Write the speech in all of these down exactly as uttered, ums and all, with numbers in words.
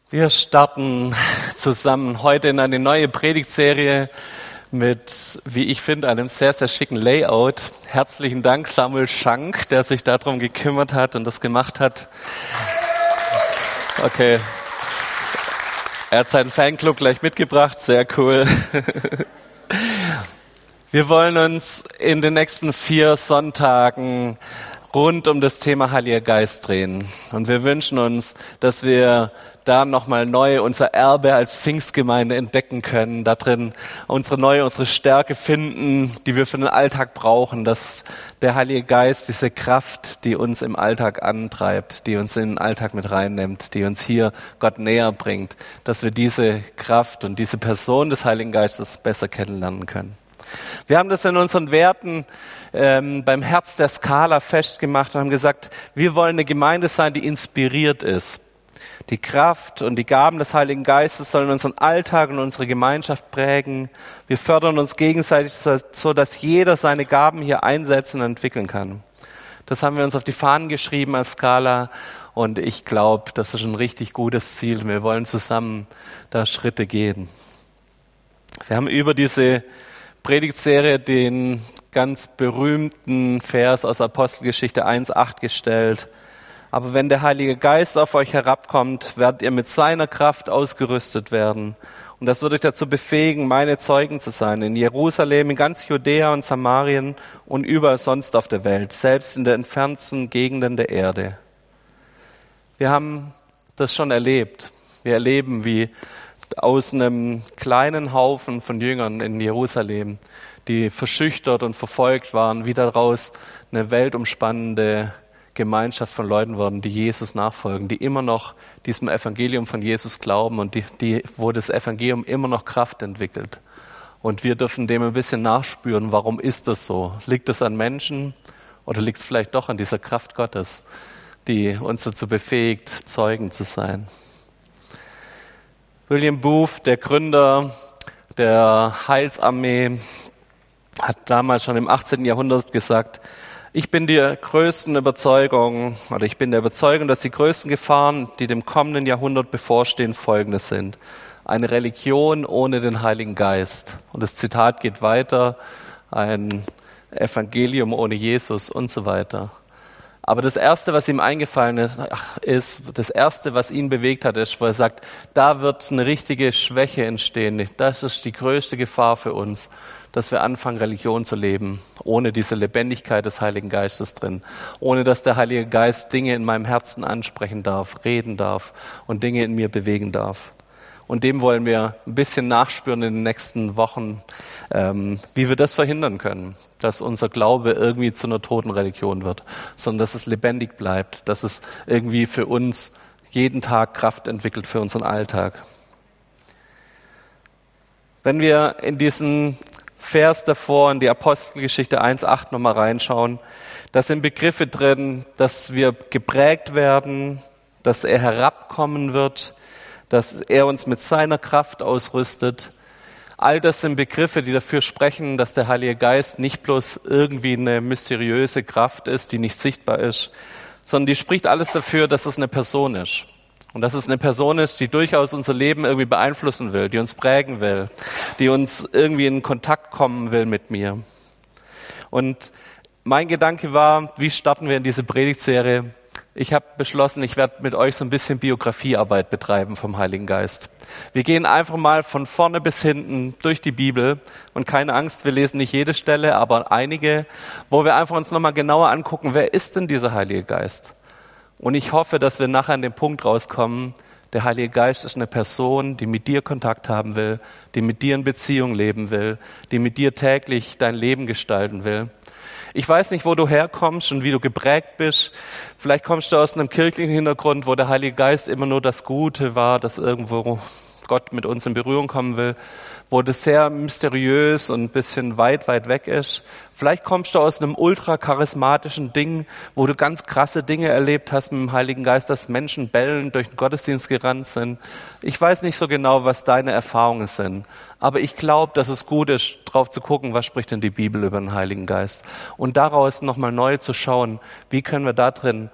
Wir starten zusammen heute in eine neue Predigtserie mit, wie ich finde, einem sehr, sehr schicken Layout. Herzlichen Dank Samuel Schank, der sich darum gekümmert hat und das gemacht hat. Okay. Er hat seinen Fanclub gleich mitgebracht, sehr cool. Wir wollen uns in den nächsten vier Sonntagen rund um das Thema Heiliger Geist drehen. Und wir wünschen uns, dass wir da nochmal neu unser Erbe als Pfingstgemeinde entdecken können, da drin unsere neue, unsere Stärke finden, die wir für den Alltag brauchen, dass der Heilige Geist, diese Kraft, die uns im Alltag antreibt, die uns in den Alltag mit reinnimmt, die uns hier Gott näher bringt, dass wir diese Kraft und diese Person des Heiligen Geistes besser kennenlernen können. Wir haben das in unseren Werten ähm, beim Herz der Skala festgemacht und haben gesagt, wir wollen eine Gemeinde sein, die inspiriert ist. Die Kraft und die Gaben des Heiligen Geistes sollen unseren Alltag und unsere Gemeinschaft prägen. Wir fördern uns gegenseitig, so dass jeder seine Gaben hier einsetzen und entwickeln kann. Das haben wir uns auf die Fahnen geschrieben als Skala und ich glaube, das ist ein richtig gutes Ziel. Wir wollen zusammen da Schritte gehen. Wir haben über diese Predigtserie den ganz berühmten Vers aus Apostelgeschichte eins acht gestellt. Aber wenn der Heilige Geist auf euch herabkommt, werdet ihr mit seiner Kraft ausgerüstet werden. Und das wird euch dazu befähigen, meine Zeugen zu sein. In Jerusalem, in ganz Judäa und Samarien und überall sonst auf der Welt, selbst in den entferntesten Gegenden der Erde. Wir haben das schon erlebt. Wir erleben, wie aus einem kleinen Haufen von Jüngern in Jerusalem, die verschüchtert und verfolgt waren, wie daraus eine weltumspannende Gemeinschaft von Leuten wurden, die Jesus nachfolgen, die immer noch diesem Evangelium von Jesus glauben und die, die, wo das Evangelium immer noch Kraft entwickelt. Und wir dürfen dem ein bisschen nachspüren, warum ist das so? Liegt es an Menschen oder liegt es vielleicht doch an dieser Kraft Gottes, die uns dazu befähigt, Zeugen zu sein? William Booth, der Gründer der Heilsarmee, hat damals schon im achtzehnten Jahrhundert gesagt, ich bin der größten Überzeugung, oder ich bin der Überzeugung, dass die größten Gefahren, die dem kommenden Jahrhundert bevorstehen, folgende sind. Eine Religion ohne den Heiligen Geist. Und das Zitat geht weiter, ein Evangelium ohne Jesus und so weiter. Aber das Erste, was ihm eingefallen ist, das Erste, was ihn bewegt hat, ist, wo er sagt, da wird eine richtige Schwäche entstehen. Das ist die größte Gefahr für uns, dass wir anfangen, Religion zu leben, ohne diese Lebendigkeit des Heiligen Geistes drin, ohne dass der Heilige Geist Dinge in meinem Herzen ansprechen darf, reden darf und Dinge in mir bewegen darf. Und dem wollen wir ein bisschen nachspüren in den nächsten Wochen, ähm, wie wir das verhindern können, dass unser Glaube irgendwie zu einer toten Religion wird, sondern dass es lebendig bleibt, dass es irgendwie für uns jeden Tag Kraft entwickelt für unseren Alltag. Wenn wir in diesen Vers davor, in die Apostelgeschichte eins acht nochmal reinschauen, da sind Begriffe drin, dass wir geprägt werden, dass er herabkommen wird, dass er uns mit seiner Kraft ausrüstet. All das sind Begriffe, die dafür sprechen, dass der Heilige Geist nicht bloß irgendwie eine mysteriöse Kraft ist, die nicht sichtbar ist, sondern die spricht alles dafür, dass es eine Person ist. Und dass es eine Person ist, die durchaus unser Leben irgendwie beeinflussen will, die uns prägen will, die uns irgendwie in Kontakt kommen will mit mir. Und mein Gedanke war, wie starten wir in diese Predigtserie? Ich habe beschlossen, ich werde mit euch so ein bisschen Biografiearbeit betreiben vom Heiligen Geist. Wir gehen einfach mal von vorne bis hinten durch die Bibel und keine Angst, wir lesen nicht jede Stelle, aber einige, wo wir einfach uns nochmal genauer angucken, wer ist denn dieser Heilige Geist? Und ich hoffe, dass wir nachher an den Punkt rauskommen, der Heilige Geist ist eine Person, die mit dir Kontakt haben will, die mit dir in Beziehung leben will, die mit dir täglich dein Leben gestalten will. Ich weiß nicht, wo du herkommst und wie du geprägt bist. Vielleicht kommst du aus einem kirchlichen Hintergrund, wo der Heilige Geist immer nur das Gute war, dass irgendwo Gott mit uns in Berührung kommen will, wo das sehr mysteriös und ein bisschen weit, weit weg ist. Vielleicht kommst du aus einem ultra-charismatischen Ding, wo du ganz krasse Dinge erlebt hast mit dem Heiligen Geist, dass Menschen bellend durch den Gottesdienst gerannt sind. Ich weiß nicht so genau, was deine Erfahrungen sind, aber ich glaube, dass es gut ist, drauf zu gucken, was spricht denn die Bibel über den Heiligen Geist und daraus nochmal neu zu schauen, wie können wir da drin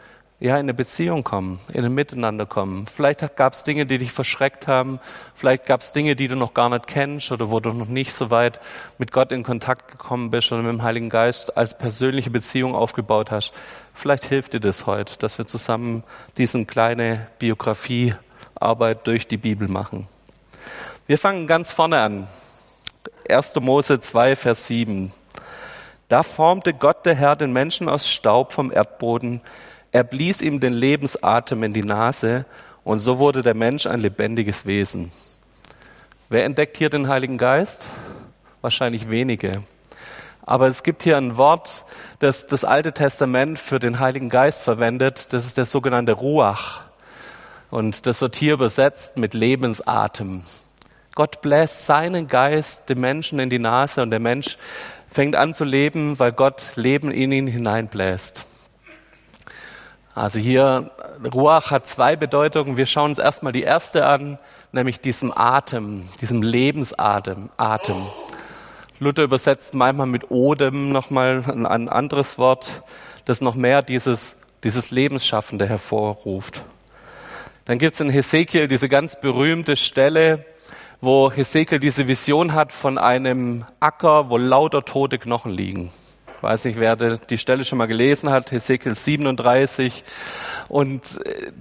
ja, in eine Beziehung kommen, in ein Miteinander kommen. Vielleicht gab es Dinge, die dich verschreckt haben. Vielleicht gab es Dinge, die du noch gar nicht kennst oder wo du noch nicht so weit mit Gott in Kontakt gekommen bist oder mit dem Heiligen Geist als persönliche Beziehung aufgebaut hast. Vielleicht hilft dir das heute, dass wir zusammen diese kleine Biografiearbeit durch die Bibel machen. Wir fangen ganz vorne an. erster Mose zwei, Vers sieben. Da formte Gott, der Herr, den Menschen aus Staub vom Erdboden. Er blies ihm den Lebensatem in die Nase und so wurde der Mensch ein lebendiges Wesen. Wer entdeckt hier den Heiligen Geist? Wahrscheinlich wenige. Aber es gibt hier ein Wort, das das Alte Testament für den Heiligen Geist verwendet. Das ist der sogenannte Ruach. Und das wird hier übersetzt mit Lebensatem. Gott bläst seinen Geist dem Menschen in die Nase und der Mensch fängt an zu leben, weil Gott Leben in ihn hineinbläst. Also hier, Ruach hat zwei Bedeutungen. Wir schauen uns erstmal die erste an, nämlich diesem Atem, diesem Lebensatem. Atem. Luther übersetzt manchmal mit Odem nochmal ein, ein anderes Wort, das noch mehr dieses, dieses Lebensschaffende hervorruft. Dann gibt es in Hesekiel diese ganz berühmte Stelle, wo Hesekiel diese Vision hat von einem Acker, wo lauter tote Knochen liegen. Ich weiß nicht, wer die Stelle schon mal gelesen hat, Hesekiel siebenunddreißig. Und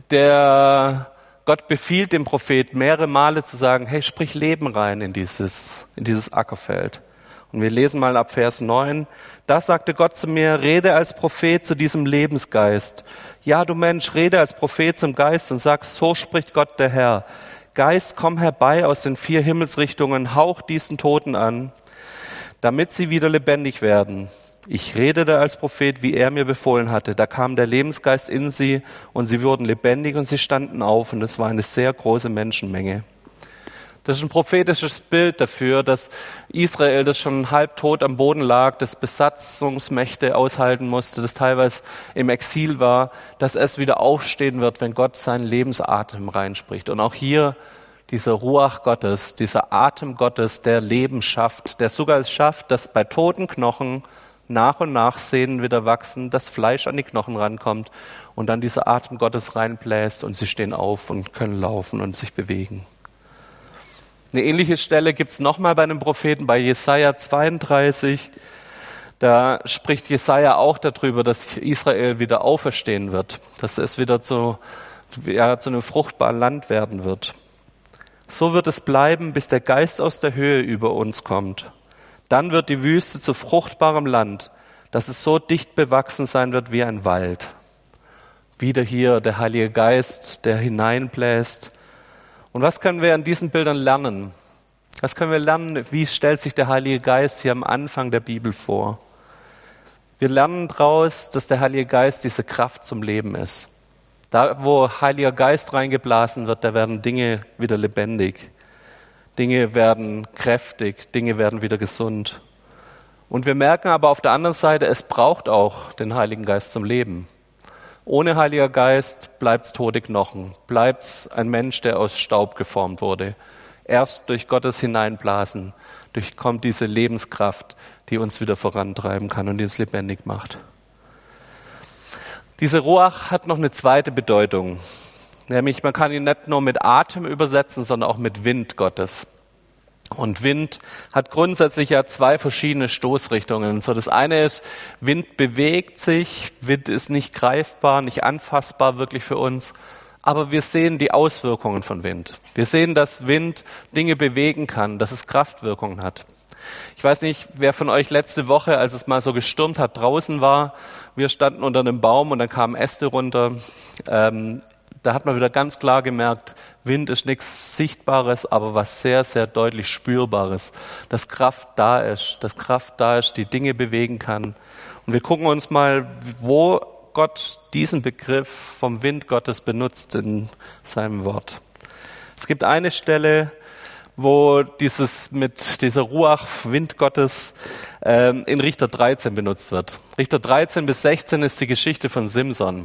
der Gott befiehlt dem Prophet mehrere Male zu sagen, hey, sprich Leben rein in dieses, in dieses Ackerfeld. Und wir lesen mal ab Vers neun. Da sagte Gott zu mir, rede als Prophet zu diesem Lebensgeist. Ja, du Mensch, rede als Prophet zum Geist und sag, so spricht Gott der Herr. Geist, komm herbei aus den vier Himmelsrichtungen, hauch diesen Toten an, damit sie wieder lebendig werden. Ich redete als Prophet, wie er mir befohlen hatte. Da kam der Lebensgeist in sie und sie wurden lebendig und sie standen auf und es war eine sehr große Menschenmenge. Das ist ein prophetisches Bild dafür, dass Israel, das schon halbtot am Boden lag, das Besatzungsmächte aushalten musste, das teilweise im Exil war, dass es wieder aufstehen wird, wenn Gott seinen Lebensatem reinspricht. Und auch hier dieser Ruach Gottes, dieser Atem Gottes, der Leben schafft, der sogar es schafft, dass bei toten Knochen nach und nach Sehnen wieder wachsen, das Fleisch an die Knochen rankommt und dann dieser Atem Gottes reinbläst und sie stehen auf und können laufen und sich bewegen. Eine ähnliche Stelle gibt es nochmal bei einem Propheten, bei Jesaja zweiunddreißig. Da spricht Jesaja auch darüber, dass Israel wieder auferstehen wird, dass es wieder zu, ja, zu einem fruchtbaren Land werden wird. So wird es bleiben, bis der Geist aus der Höhe über uns kommt. Dann wird die Wüste zu fruchtbarem Land, dass es so dicht bewachsen sein wird wie ein Wald. Wieder hier der Heilige Geist, der hineinbläst. Und was können wir an diesen Bildern lernen? Was können wir lernen? Wie stellt sich der Heilige Geist hier am Anfang der Bibel vor? Wir lernen daraus, dass der Heilige Geist diese Kraft zum Leben ist. Da, wo Heiliger Geist reingeblasen wird, da werden Dinge wieder lebendig. Dinge werden kräftig, Dinge werden wieder gesund. Und wir merken aber auf der anderen Seite, es braucht auch den Heiligen Geist zum Leben. Ohne Heiliger Geist bleibt's tote Knochen, bleibt's ein Mensch, der aus Staub geformt wurde. Erst durch Gottes Hineinblasen durchkommt diese Lebenskraft, die uns wieder vorantreiben kann und die uns lebendig macht. Diese Ruach hat noch eine zweite Bedeutung. Nämlich, man kann ihn nicht nur mit Atem übersetzen, sondern auch mit Wind Gottes. Und Wind hat grundsätzlich ja zwei verschiedene Stoßrichtungen. So, das eine ist, Wind bewegt sich, Wind ist nicht greifbar, nicht anfassbar wirklich für uns. Aber wir sehen die Auswirkungen von Wind. Wir sehen, dass Wind Dinge bewegen kann, dass es Kraftwirkungen hat. Ich weiß nicht, wer von euch letzte Woche, als es mal so gestürmt hat, draußen war. Wir standen unter einem Baum und dann kamen Äste runter. Ähm, Da hat man wieder ganz klar gemerkt, Wind ist nichts Sichtbares, aber was sehr, sehr deutlich Spürbares. Dass Kraft da ist, dass Kraft da ist, die Dinge bewegen kann. Und wir gucken uns mal, wo Gott diesen Begriff vom Wind Gottes benutzt in seinem Wort. Es gibt eine Stelle, wo dieses mit dieser Ruach, Wind Gottes, ähm, in Richter dreizehn benutzt wird. Richter dreizehn bis sechzehn ist die Geschichte von Simson.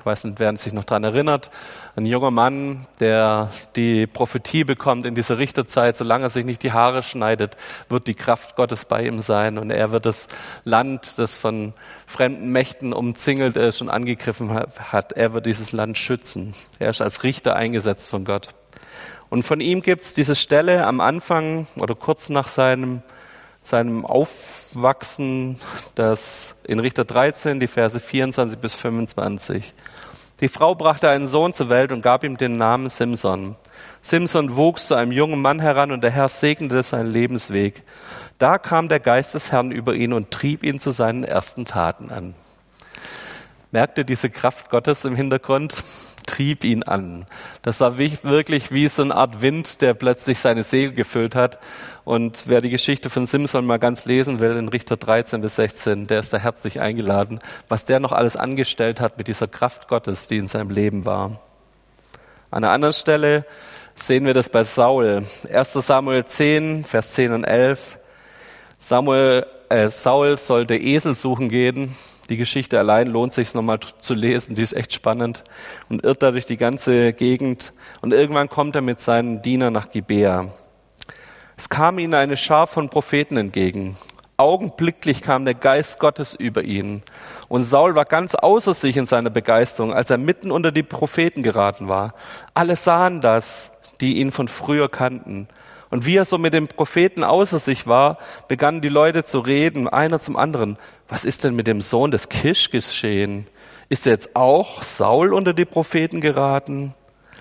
Ich weiß nicht, wer sich noch daran erinnert. Ein junger Mann, der die Prophetie bekommt in dieser Richterzeit, solange er sich nicht die Haare schneidet, wird die Kraft Gottes bei ihm sein. Und er wird das Land, das von fremden Mächten umzingelt ist und angegriffen hat, er wird dieses Land schützen. Er ist als Richter eingesetzt von Gott. Und von ihm gibt es diese Stelle am Anfang oder kurz nach seinem seinem Aufwachsen, das in Richter dreizehn, die Verse vierundzwanzig bis fünfundzwanzig. Die Frau brachte einen Sohn zur Welt und gab ihm den Namen Simson. Simson wuchs zu einem jungen Mann heran und der Herr segnete seinen Lebensweg. Da kam der Geist des Herrn über ihn und trieb ihn zu seinen ersten Taten an. Merkt ihr diese Kraft Gottes im Hintergrund? Trieb ihn an. Das war wirklich wie so eine Art Wind, der plötzlich seine Seele gefüllt hat. Und wer die Geschichte von Simson mal ganz lesen will, in Richter dreizehn bis sechzehn, der ist da herzlich eingeladen, was der noch alles angestellt hat mit dieser Kraft Gottes, die in seinem Leben war. An einer anderen Stelle sehen wir das bei Saul. erster Samuel zehn, Vers zehn und elf. Samuel, äh, Saul sollte Esel suchen gehen. Die Geschichte allein lohnt sich nochmal zu lesen, die ist echt spannend und irrt da durch die ganze Gegend. Und irgendwann kommt er mit seinen Dienern nach Gibea. Es kam ihnen eine Schar von Propheten entgegen. Augenblicklich kam der Geist Gottes über ihn. Und Saul war ganz außer sich in seiner Begeisterung, als er mitten unter die Propheten geraten war. Alle sahen das, die ihn von früher kannten. Und wie er so mit dem Propheten außer sich war, begannen die Leute zu reden, einer zum anderen. Was ist denn mit dem Sohn des Kisch geschehen? Ist er jetzt auch Saul unter die Propheten geraten?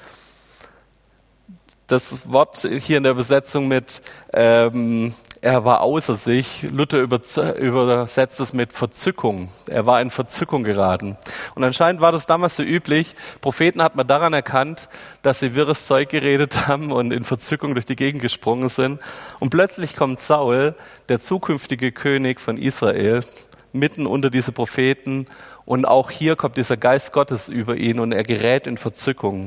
Das Wort hier in der Übersetzung mit ähm, er war außer sich, Luther übersetzt es mit Verzückung. Er war in Verzückung geraten. Und anscheinend war das damals so üblich. Propheten hat man daran erkannt, dass sie wirres Zeug geredet haben und in Verzückung durch die Gegend gesprungen sind. Und plötzlich kommt Saul, der zukünftige König von Israel, mitten unter diese Propheten. Und auch hier kommt dieser Geist Gottes über ihn und er gerät in Verzückung.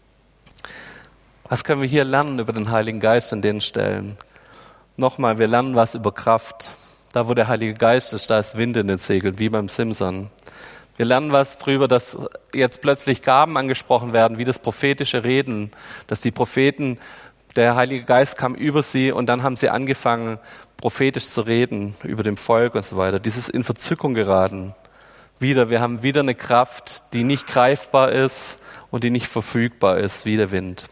Was können wir hier lernen über den Heiligen Geist an den Stellen? Nochmal, wir lernen was über Kraft. Da, wo der Heilige Geist ist, da ist Wind in den Segeln, wie beim Simson. Wir lernen was darüber, dass jetzt plötzlich Gaben angesprochen werden, wie das prophetische Reden, dass die Propheten, der Heilige Geist kam über sie und dann haben sie angefangen, prophetisch zu reden über dem Volk und so weiter. Dieses in Verzückung geraten. Wieder, wir haben wieder eine Kraft, die nicht greifbar ist und die nicht verfügbar ist, wie der Wind.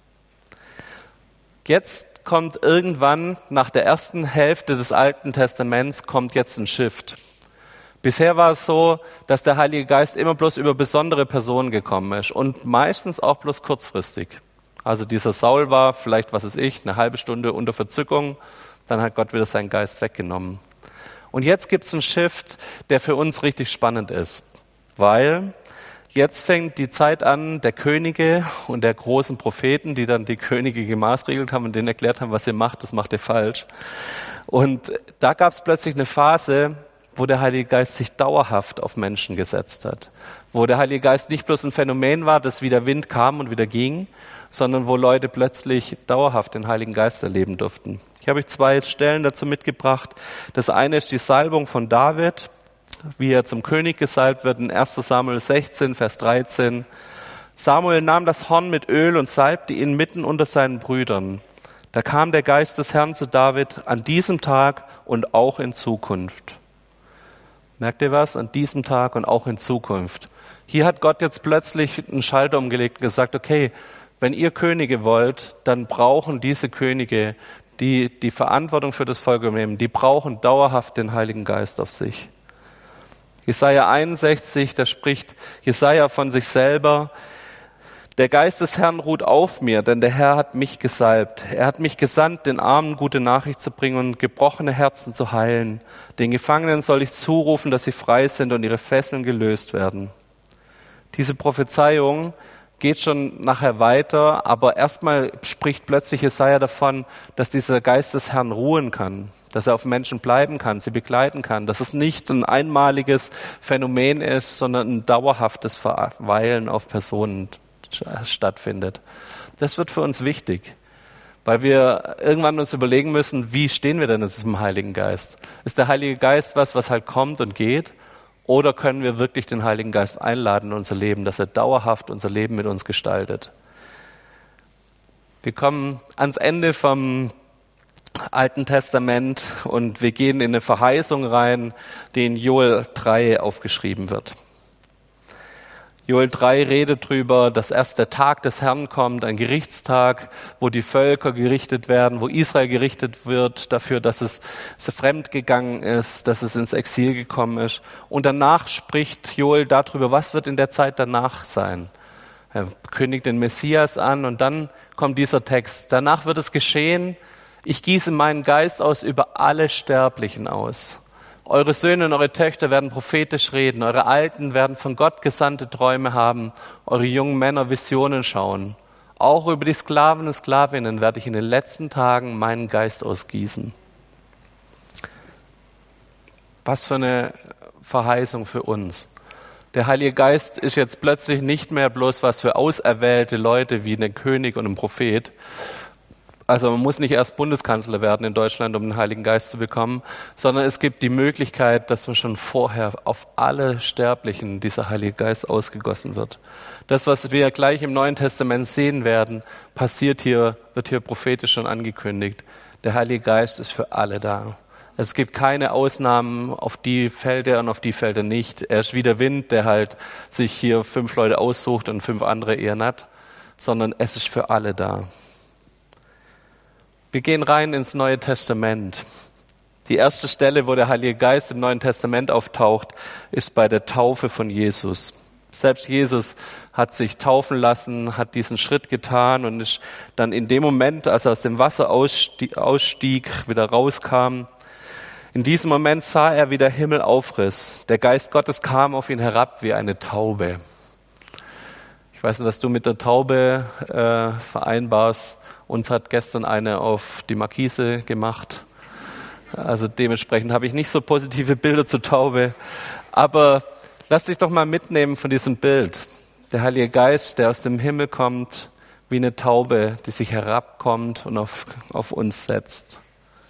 Jetzt kommt irgendwann, nach der ersten Hälfte des Alten Testaments, kommt jetzt ein Shift. Bisher war es so, dass der Heilige Geist immer bloß über besondere Personen gekommen ist und meistens auch bloß kurzfristig. Also dieser Saul war vielleicht, was weiß ich, eine halbe Stunde unter Verzückung, dann hat Gott wieder seinen Geist weggenommen. Und jetzt gibt es einen Shift, der für uns richtig spannend ist, weil jetzt fängt die Zeit an der Könige und der großen Propheten, die dann die Könige gemaßregelt haben und denen erklärt haben, was ihr macht, das macht ihr falsch. Und da gab es plötzlich eine Phase, wo der Heilige Geist sich dauerhaft auf Menschen gesetzt hat. Wo der Heilige Geist nicht bloß ein Phänomen war, das wie der Wind kam und wieder ging, sondern wo Leute plötzlich dauerhaft den Heiligen Geist erleben durften. Ich habe euch zwei Stellen dazu mitgebracht. Das eine ist die Salbung von David, wie er zum König gesalbt wird in erster Samuel sechzehn, Vers dreizehn. Samuel nahm das Horn mit Öl und salbte ihn mitten unter seinen Brüdern. Da kam der Geist des Herrn zu David an diesem Tag und auch in Zukunft. Merkt ihr was? An diesem Tag und auch in Zukunft. Hier hat Gott jetzt plötzlich einen Schalter umgelegt und gesagt, okay, wenn ihr Könige wollt, dann brauchen diese Könige, die die Verantwortung für das Volk übernehmen, die brauchen dauerhaft den Heiligen Geist auf sich. Jesaja einundsechzig, da spricht Jesaja von sich selber: Der Geist des Herrn ruht auf mir, denn der Herr hat mich gesalbt. Er hat mich gesandt, den Armen gute Nachricht zu bringen und gebrochene Herzen zu heilen. Den Gefangenen soll ich zurufen, dass sie frei sind und ihre Fesseln gelöst werden. Diese Prophezeiung geht schon nachher weiter, aber erstmal spricht plötzlich Jesaja davon, dass dieser Geist des Herrn ruhen kann, dass er auf Menschen bleiben kann, sie begleiten kann, dass es nicht ein einmaliges Phänomen ist, sondern ein dauerhaftes Verweilen auf Personen stattfindet. Das wird für uns wichtig, weil wir irgendwann uns überlegen müssen, wie stehen wir denn jetzt im Heiligen Geist? Ist der Heilige Geist was, was halt kommt und geht? Oder können wir wirklich den Heiligen Geist einladen in unser Leben, dass er dauerhaft unser Leben mit uns gestaltet? Wir kommen ans Ende vom Alten Testament und wir gehen in eine Verheißung rein, die in Joel drei aufgeschrieben wird. Joel drei redet darüber, dass erst der Tag des Herrn kommt, ein Gerichtstag, wo die Völker gerichtet werden, wo Israel gerichtet wird dafür, dass es fremd gegangen ist, dass es ins Exil gekommen ist. Und danach spricht Joel darüber, was wird in der Zeit danach sein. Er kündigt den Messias an und dann kommt dieser Text. Danach wird es geschehen, ich gieße meinen Geist aus über alle Sterblichen aus. Eure Söhne und eure Töchter werden prophetisch reden, eure Alten werden von Gott gesandte Träume haben, eure jungen Männer Visionen schauen. Auch über die Sklaven und Sklavinnen werde ich in den letzten Tagen meinen Geist ausgießen. Was für eine Verheißung für uns. Der Heilige Geist ist jetzt plötzlich nicht mehr bloß was für auserwählte Leute wie ein König und ein Prophet. Also man muss nicht erst Bundeskanzler werden in Deutschland, um den Heiligen Geist zu bekommen, sondern es gibt die Möglichkeit, dass man schon vorher auf alle Sterblichen dieser Heilige Geist ausgegossen wird. Das, was wir gleich im Neuen Testament sehen werden, passiert hier, wird hier prophetisch schon angekündigt. Der Heilige Geist ist für alle da. Es gibt keine Ausnahmen, auf die fällt er und auf die fällt er nicht. Er ist wie der Wind, der halt sich hier fünf Leute aussucht und fünf andere eher nicht, sondern es ist für alle da. Wir gehen rein ins Neue Testament. Die erste Stelle, wo der Heilige Geist im Neuen Testament auftaucht, ist bei der Taufe von Jesus. Selbst Jesus hat sich taufen lassen, hat diesen Schritt getan und ist dann in dem Moment, als er aus dem Wasser ausstieg, ausstieg wieder rauskam, in diesem Moment sah er, wie der Himmel aufriss. Der Geist Gottes kam auf ihn herab wie eine Taube. Ich weiß nicht, was du mit der Taube äh, vereinbarst. Uns hat gestern eine auf die Markise gemacht. Also dementsprechend habe ich nicht so positive Bilder zur Taube. Aber lass dich doch mal mitnehmen von diesem Bild. Der Heilige Geist, der aus dem Himmel kommt, wie eine Taube, die sich herabkommt und auf, auf uns setzt.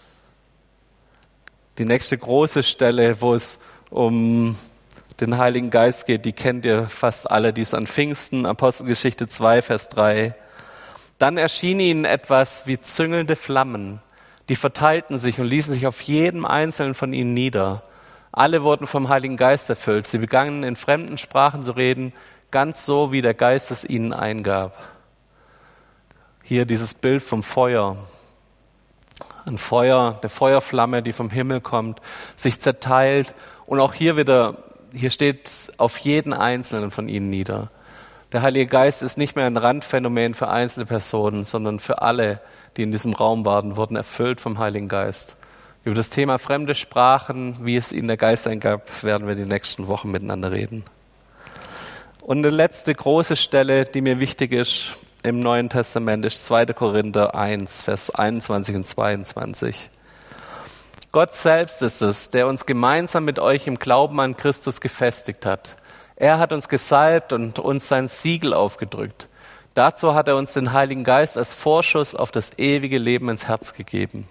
Die nächste große Stelle, wo es um den Heiligen Geist geht, die kennt ihr fast alle, die ist an Pfingsten, Apostelgeschichte zwei, Vers drei. Dann erschien ihnen etwas wie züngelnde Flammen, die verteilten sich und ließen sich auf jedem einzelnen von ihnen nieder. Alle wurden vom Heiligen Geist erfüllt. Sie begannen in fremden Sprachen zu reden, ganz so, wie der Geist es ihnen eingab. Hier dieses Bild vom Feuer. Ein Feuer, der Feuerflamme, die vom Himmel kommt, sich zerteilt und auch hier wieder, hier steht auf jeden einzelnen von ihnen nieder. Der Heilige Geist ist nicht mehr ein Randphänomen für einzelne Personen, sondern für alle, die in diesem Raum waren, wurden erfüllt vom Heiligen Geist. Über das Thema fremde Sprachen, wie es ihnen der Geist eingab, werden wir die nächsten Wochen miteinander reden. Und eine letzte große Stelle, die mir wichtig ist im Neuen Testament, ist zweiter Korinther eins, Vers einundzwanzig und zweiundzwanzig. Gott selbst ist es, der uns gemeinsam mit euch im Glauben an Christus gefestigt hat. Er hat uns gesalbt und uns sein Siegel aufgedrückt. Dazu hat er uns den Heiligen Geist als Vorschuss auf das ewige Leben ins Herz gegeben.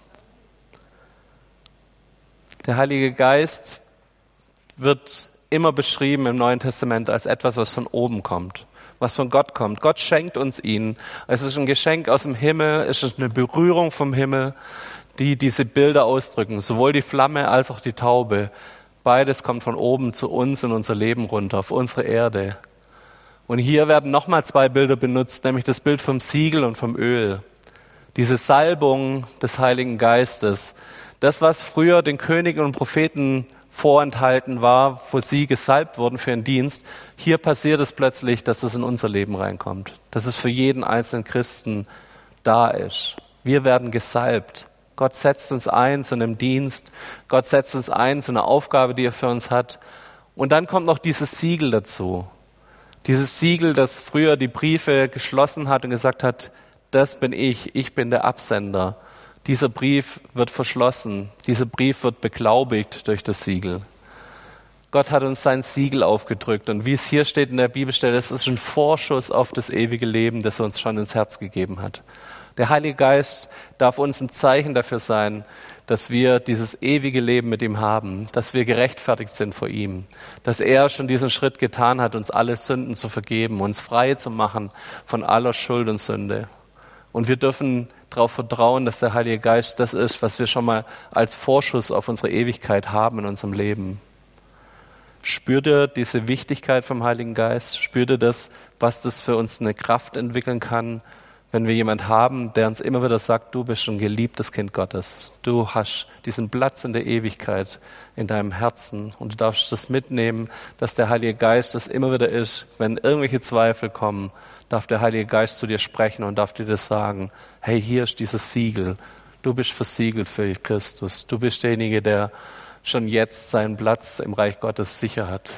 Der Heilige Geist wird immer beschrieben im Neuen Testament als etwas, was von oben kommt, was von Gott kommt. Gott schenkt uns ihn. Es ist ein Geschenk aus dem Himmel, es ist eine Berührung vom Himmel, die diese Bilder ausdrücken, sowohl die Flamme als auch die Taube. Beides kommt von oben zu uns in unser Leben runter, auf unsere Erde. Und hier werden nochmal zwei Bilder benutzt, nämlich das Bild vom Siegel und vom Öl. Diese Salbung des Heiligen Geistes, das, was früher den Königen und Propheten vorenthalten war, wo sie gesalbt wurden für ihren Dienst, hier passiert es plötzlich, dass es in unser Leben reinkommt, dass es für jeden einzelnen Christen da ist. Wir werden gesalbt. Gott setzt uns ein zu einem Dienst. Gott setzt uns ein zu einer Aufgabe, die er für uns hat. Und dann kommt noch dieses Siegel dazu. Dieses Siegel, das früher die Briefe geschlossen hat und gesagt hat, das bin ich, ich bin der Absender. Dieser Brief wird verschlossen. Dieser Brief wird beglaubigt durch das Siegel. Gott hat uns sein Siegel aufgedrückt. Und wie es hier steht in der Bibelstelle, es ist ein Vorschuss auf das ewige Leben, das er uns schon ins Herz gegeben hat. Der Heilige Geist darf uns ein Zeichen dafür sein, dass wir dieses ewige Leben mit ihm haben, dass wir gerechtfertigt sind vor ihm, dass er schon diesen Schritt getan hat, uns alle Sünden zu vergeben, uns frei zu machen von aller Schuld und Sünde. Und wir dürfen darauf vertrauen, dass der Heilige Geist das ist, was wir schon mal als Vorschuss auf unsere Ewigkeit haben in unserem Leben. Spürt ihr diese Wichtigkeit vom Heiligen Geist? Spürt ihr das, was das für uns eine Kraft entwickeln kann, wenn wir jemanden haben, der uns immer wieder sagt, du bist ein geliebtes Kind Gottes. Du hast diesen Platz in der Ewigkeit in deinem Herzen und du darfst das mitnehmen, dass der Heilige Geist das immer wieder ist. Wenn irgendwelche Zweifel kommen, darf der Heilige Geist zu dir sprechen und darf dir das sagen. Hey, hier ist dieses Siegel. Du bist versiegelt für Christus. Du bist derjenige, der schon jetzt seinen Platz im Reich Gottes sicher hat.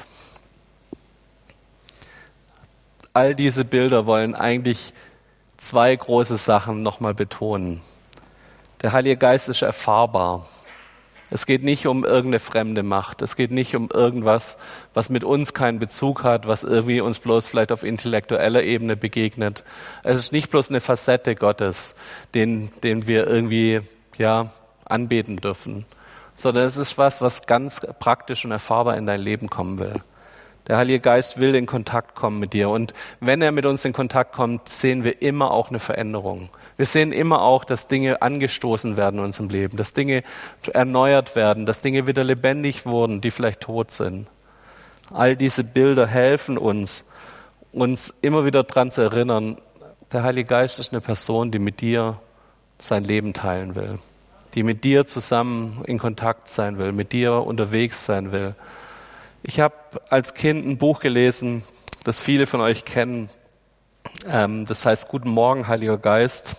All diese Bilder wollen eigentlich zwei große Sachen nochmal betonen. Der Heilige Geist ist erfahrbar. Es geht nicht um irgendeine fremde Macht. Es geht nicht um irgendwas, was mit uns keinen Bezug hat, was irgendwie uns bloß vielleicht auf intellektueller Ebene begegnet. Es ist nicht bloß eine Facette Gottes, den, den wir irgendwie ja, anbeten dürfen, sondern es ist was, was ganz praktisch und erfahrbar in dein Leben kommen will. Der Heilige Geist will in Kontakt kommen mit dir. Und wenn er mit uns in Kontakt kommt, sehen wir immer auch eine Veränderung. Wir sehen immer auch, dass Dinge angestoßen werden in unserem Leben, dass Dinge erneuert werden, dass Dinge wieder lebendig wurden, die vielleicht tot sind. All diese Bilder helfen uns, uns immer wieder daran zu erinnern, der Heilige Geist ist eine Person, die mit dir sein Leben teilen will, die mit dir zusammen in Kontakt sein will, mit dir unterwegs sein will. Ich habe als Kind ein Buch gelesen, das viele von euch kennen. Ähm, das heißt Guten Morgen, Heiliger Geist.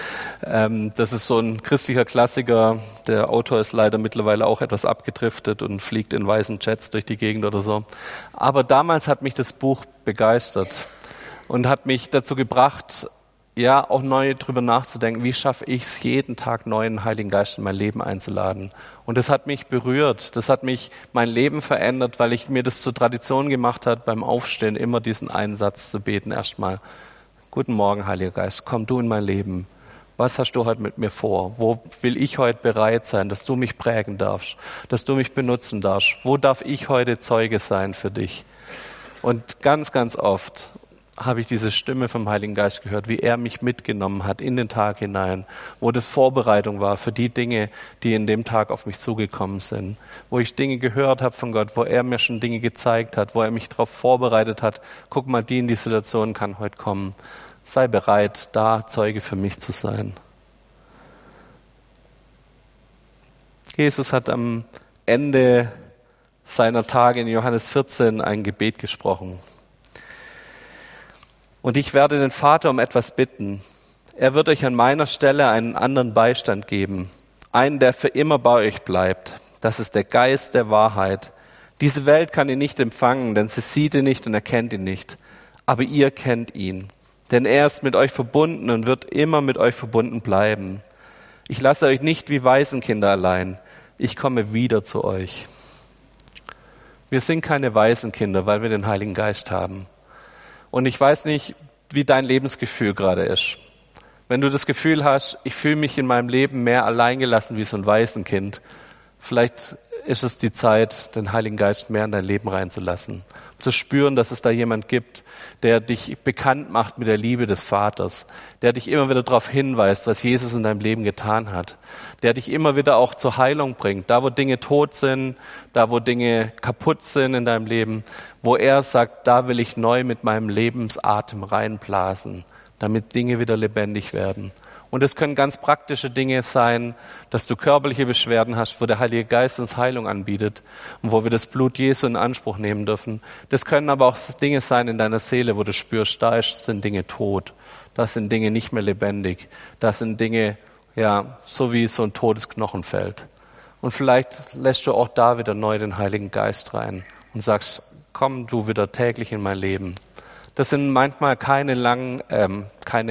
Ähm, das ist so ein christlicher Klassiker. Der Autor ist leider mittlerweile auch etwas abgedriftet und fliegt in weißen Jets durch die Gegend oder so. Aber damals hat mich das Buch begeistert und hat mich dazu gebracht, ja, auch neu drüber nachzudenken, wie schaffe ich es, jeden Tag neuen Heiligen Geist in mein Leben einzuladen. Und das hat mich berührt, das hat mich mein Leben verändert, weil ich mir das zur Tradition gemacht habe, beim Aufstehen immer diesen einen Satz zu beten erstmal. Guten Morgen, Heiliger Geist, komm du in mein Leben. Was hast du heute mit mir vor? Wo will ich heute bereit sein, dass du mich prägen darfst, dass du mich benutzen darfst? Wo darf ich heute Zeuge sein für dich? Und ganz, ganz oft habe ich diese Stimme vom Heiligen Geist gehört, wie er mich mitgenommen hat in den Tag hinein, wo das Vorbereitung war für die Dinge, die in dem Tag auf mich zugekommen sind, wo ich Dinge gehört habe von Gott, wo er mir schon Dinge gezeigt hat, wo er mich darauf vorbereitet hat, guck mal, die in die Situation kann heute kommen. Sei bereit, da Zeuge für mich zu sein. Jesus hat am Ende seiner Tage in Johannes vierzehn ein Gebet gesprochen. Und ich werde den Vater um etwas bitten. Er wird euch an meiner Stelle einen anderen Beistand geben, einen, der für immer bei euch bleibt. Das ist der Geist der Wahrheit. Diese Welt kann ihn nicht empfangen, denn sie sieht ihn nicht und erkennt ihn nicht. Aber ihr kennt ihn, denn er ist mit euch verbunden und wird immer mit euch verbunden bleiben. Ich lasse euch nicht wie Waisenkinder allein. Ich komme wieder zu euch. Wir sind keine Waisenkinder, weil wir den Heiligen Geist haben. Und ich weiß nicht, wie dein Lebensgefühl gerade ist. Wenn du das Gefühl hast, ich fühle mich in meinem Leben mehr alleingelassen wie so ein Waisenkind, vielleicht ist es die Zeit, den Heiligen Geist mehr in dein Leben reinzulassen. Zu spüren, dass es da jemand gibt, der dich bekannt macht mit der Liebe des Vaters, der dich immer wieder darauf hinweist, was Jesus in deinem Leben getan hat, der dich immer wieder auch zur Heilung bringt, da wo Dinge tot sind, da wo Dinge kaputt sind in deinem Leben, wo er sagt, da will ich neu mit meinem Lebensatem reinblasen, damit Dinge wieder lebendig werden. Und es können ganz praktische Dinge sein, dass du körperliche Beschwerden hast, wo der Heilige Geist uns Heilung anbietet und wo wir das Blut Jesu in Anspruch nehmen dürfen. Das können aber auch Dinge sein in deiner Seele, wo du spürst, da sind Dinge tot, da sind Dinge nicht mehr lebendig, da sind Dinge, ja, so wie so ein totes Knochenfeld. Und vielleicht lässt du auch da wieder neu den Heiligen Geist rein und sagst, komm du wieder täglich in mein Leben. Das sind manchmal keine langen, ähm, keine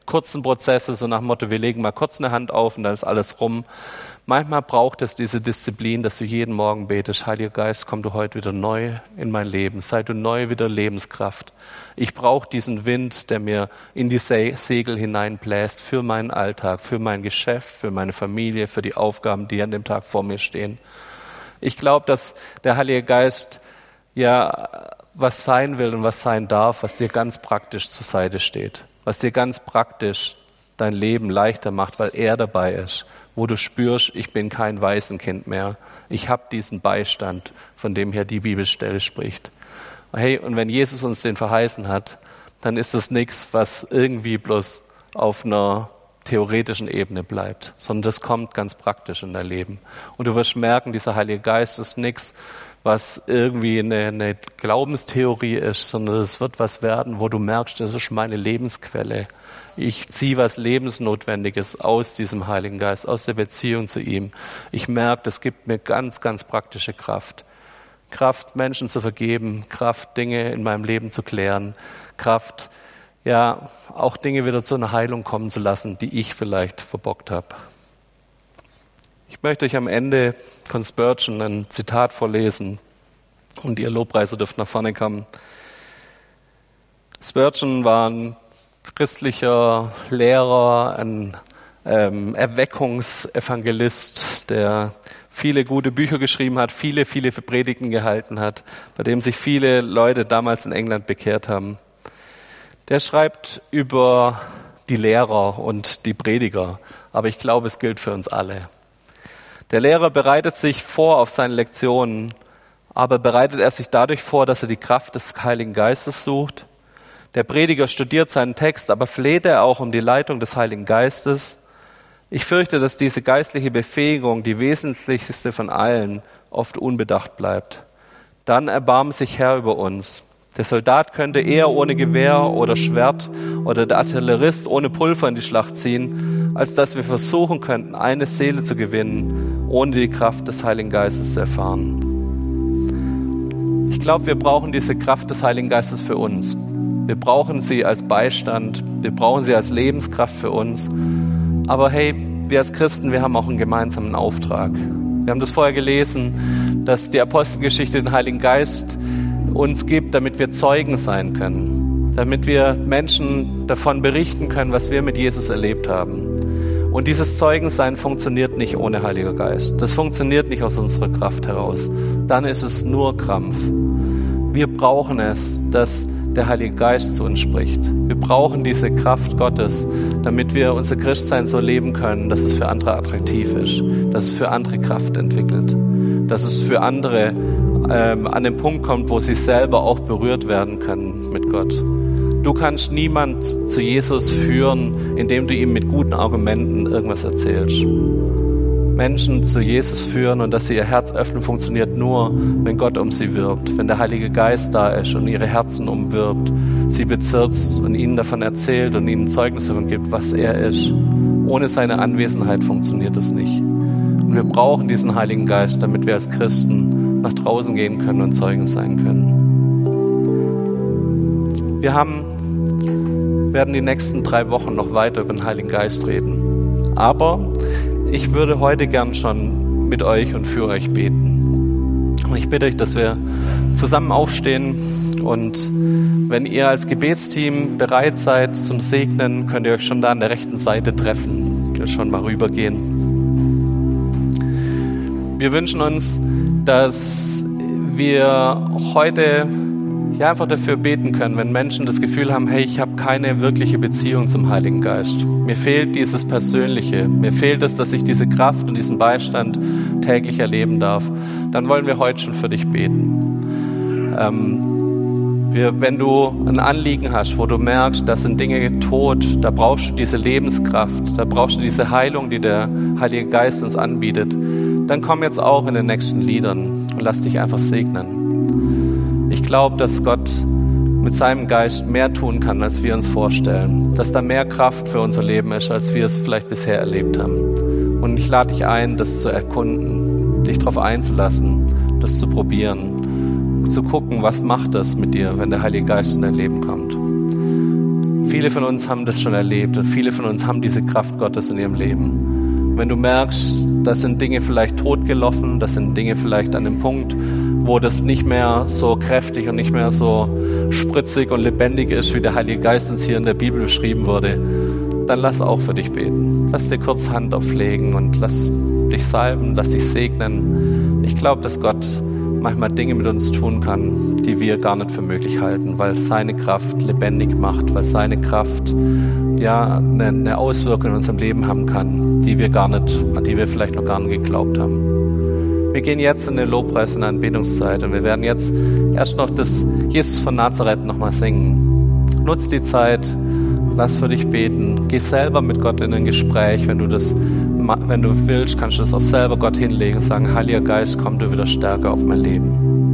kurzen Prozesse, so nach dem Motto, wir legen mal kurz eine Hand auf und dann ist alles rum. Manchmal braucht es diese Disziplin, dass du jeden Morgen betest, Heiliger Geist, komm du heute wieder neu in mein Leben, sei du neu wieder Lebenskraft. Ich brauche diesen Wind, der mir in die Segel hineinbläst für meinen Alltag, für mein Geschäft, für meine Familie, für die Aufgaben, die an dem Tag vor mir stehen. Ich glaube, dass der Heilige Geist ja was sein will und was sein darf, was dir ganz praktisch zur Seite steht, was dir ganz praktisch dein Leben leichter macht, weil er dabei ist, wo du spürst, ich bin kein Waisenkind mehr, ich habe diesen Beistand, von dem her die Bibelstelle spricht. Hey, und wenn Jesus uns den verheißen hat, dann ist das nichts, was irgendwie bloß auf einer theoretischen Ebene bleibt, sondern das kommt ganz praktisch in dein Leben. Und du wirst merken, dieser Heilige Geist ist nichts, was irgendwie eine, eine Glaubenstheorie ist, sondern es wird was werden, wo du merkst, das ist meine Lebensquelle. Ich ziehe was Lebensnotwendiges aus diesem Heiligen Geist, aus der Beziehung zu ihm. Ich merke, das gibt mir ganz, ganz praktische Kraft. Kraft, Menschen zu vergeben, Kraft, Dinge in meinem Leben zu klären, Kraft, ja, auch Dinge wieder zu einer Heilung kommen zu lassen, die ich vielleicht verbockt habe. Ich möchte euch am Ende von Spurgeon ein Zitat vorlesen und ihr Lobpreiser dürft nach vorne kommen. Spurgeon war ein christlicher Lehrer, ein ähm, Erweckungsevangelist, der viele gute Bücher geschrieben hat, viele, viele Predigten gehalten hat, bei dem sich viele Leute damals in England bekehrt haben. Der schreibt über die Lehrer und die Prediger, aber ich glaube, es gilt für uns alle. Der Lehrer bereitet sich vor auf seine Lektionen, aber bereitet er sich dadurch vor, dass er die Kraft des Heiligen Geistes sucht. Der Prediger studiert seinen Text, aber fleht er auch um die Leitung des Heiligen Geistes. Ich fürchte, dass diese geistliche Befähigung, die wesentlichste von allen, oft unbedacht bleibt. Dann erbarme sich Herr über uns. Der Soldat könnte eher ohne Gewehr oder Schwert oder der Artillerist ohne Pulver in die Schlacht ziehen, als dass wir versuchen könnten, eine Seele zu gewinnen, ohne die Kraft des Heiligen Geistes zu erfahren. Ich glaube, wir brauchen diese Kraft des Heiligen Geistes für uns. Wir brauchen sie als Beistand, wir brauchen sie als Lebenskraft für uns. Aber hey, wir als Christen, wir haben auch einen gemeinsamen Auftrag. Wir haben das vorher gelesen, dass die Apostelgeschichte den Heiligen Geist uns gibt, damit wir Zeugen sein können, damit wir Menschen davon berichten können, was wir mit Jesus erlebt haben. Und dieses Zeugensein funktioniert nicht ohne Heiliger Geist. Das funktioniert nicht aus unserer Kraft heraus. Dann ist es nur Krampf. Wir brauchen es, dass der Heilige Geist zu uns spricht. Wir brauchen diese Kraft Gottes, damit wir unser Christsein so leben können, dass es für andere attraktiv ist, dass es für andere Kraft entwickelt, dass es für andere ähm, an den Punkt kommt, wo sie selber auch berührt werden können mit Gott. Du kannst niemand zu Jesus führen, indem du ihm mit guten Argumenten irgendwas erzählst. Menschen zu Jesus führen und dass sie ihr Herz öffnen, funktioniert nur, wenn Gott um sie wirbt, wenn der Heilige Geist da ist und ihre Herzen umwirbt, sie bezirzt und ihnen davon erzählt und ihnen Zeugnis davon gibt, was er ist. Ohne seine Anwesenheit funktioniert es nicht. Und wir brauchen diesen Heiligen Geist, damit wir als Christen nach draußen gehen können und Zeugen sein können. Wir haben, werden die nächsten drei Wochen noch weiter über den Heiligen Geist reden. Aber ich würde heute gern schon mit euch und für euch beten. Und ich bitte euch, dass wir zusammen aufstehen und wenn ihr als Gebetsteam bereit seid zum Segnen, könnt ihr euch schon da an der rechten Seite treffen. Könnt schon mal rübergehen. Wir wünschen uns, dass wir heute ja einfach dafür beten können, wenn Menschen das Gefühl haben, hey, ich habe keine wirkliche Beziehung zum Heiligen Geist. Mir fehlt dieses Persönliche. Mir fehlt es, dass ich diese Kraft und diesen Beistand täglich erleben darf. Dann wollen wir heute schon für dich beten. Ähm, wir, wenn du ein Anliegen hast, wo du merkst, das sind Dinge tot, da brauchst du diese Lebenskraft, da brauchst du diese Heilung, die der Heilige Geist uns anbietet, dann komm jetzt auch in den nächsten Liedern und lass dich einfach segnen. Ich glaube, dass Gott mit seinem Geist mehr tun kann, als wir uns vorstellen. Dass da mehr Kraft für unser Leben ist, als wir es vielleicht bisher erlebt haben. Und ich lade dich ein, das zu erkunden, dich darauf einzulassen, das zu probieren, zu gucken, was macht das mit dir, wenn der Heilige Geist in dein Leben kommt. Viele von uns haben das schon erlebt und viele von uns haben diese Kraft Gottes in ihrem Leben. Wenn du merkst, das sind Dinge vielleicht totgelaufen, das sind Dinge vielleicht an dem Punkt, wo das nicht mehr so kräftig und nicht mehr so spritzig und lebendig ist, wie der Heilige Geist uns hier in der Bibel beschrieben wurde, dann lass auch für dich beten. Lass dir kurz Hand auflegen und lass dich salben, lass dich segnen. Ich glaube, dass Gott manchmal Dinge mit uns tun kann, die wir gar nicht für möglich halten, weil seine Kraft lebendig macht, weil seine Kraft ja eine, eine Auswirkung in unserem Leben haben kann, die wir gar nicht, an die wir vielleicht noch gar nicht geglaubt haben. Wir gehen jetzt in den Lobpreis, in der Anbetungszeit und wir werden jetzt erst noch das Jesus von Nazareth nochmal singen. Nutz die Zeit, lass für dich beten, geh selber mit Gott in ein Gespräch, wenn du das Wenn du willst, kannst du das auch selber Gott hinlegen und sagen, Heiliger Geist, komm du wieder stärker auf mein Leben.